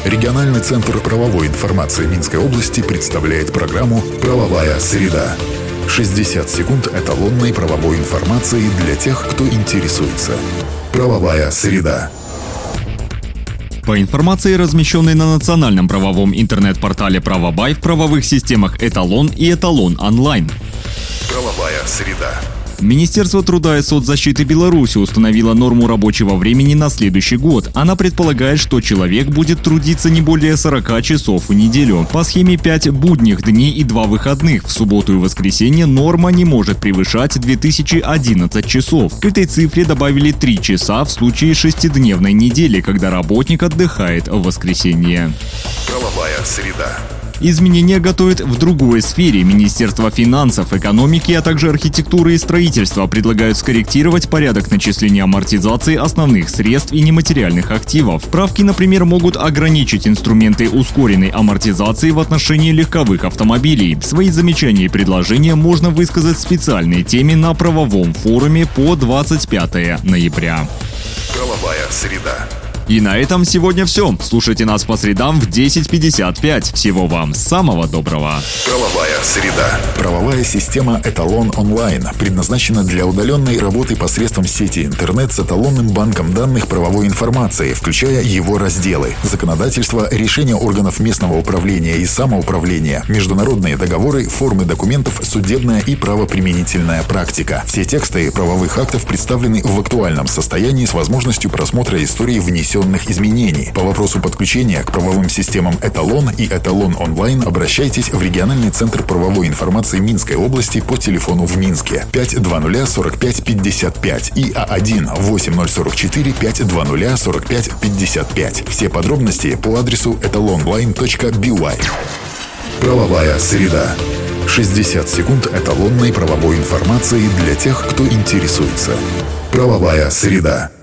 Региональный центр правовой информации Минской области представляет программу «Правовая среда». 60 секунд эталонной правовой информации для тех, кто интересуется. «Правовая среда». По информации, размещенной на национальном правовом интернет-портале «Правобай», в правовых системах «Эталон» и «Эталон онлайн». «Правовая среда». Министерство труда и соцзащиты Беларуси установило норму рабочего времени на следующий год. Она предполагает, что человек будет трудиться не более 40 часов в неделю. По схеме 5 будних дней и 2 выходных. В субботу и воскресенье норма не может превышать 2011 часов. К этой цифре добавили 3 часа в случае 6-дневной недели, когда работник отдыхает в воскресенье. «Правовая среда». Изменения готовят в другой сфере. Министерство финансов, экономики, а также архитектуры и строительства предлагают скорректировать порядок начисления амортизации основных средств и нематериальных активов. Правки, например, могут ограничить инструменты ускоренной амортизации в отношении легковых автомобилей. Свои замечания и предложения можно высказать в специальной теме на правовом форуме по 25 ноября. «Правовая среда». И на этом сегодня все. Слушайте нас по средам в 10:55. Всего вам самого доброго. «Правовая среда». Правовая система «Эталон онлайн» предназначена для удаленной работы посредством сети интернет с эталонным банком данных правовой информации, включая его разделы: законодательство, решения органов местного управления и самоуправления, международные договоры, формы документов, судебная и правоприменительная практика. Все тексты правовых актов представлены в актуальном состоянии с возможностью просмотра истории внесенных изменений. По вопросу подключения к правовым системам «Эталон» и «Эталон онлайн» обращайтесь в региональный центр правовой информации Минской области по телефону в Минске 520-45-55 и А1-8044-520-45-55. Все подробности по адресу etalonline.by. «Правовая среда». 60 секунд эталонной правовой информации для тех, кто интересуется. «Правовая среда».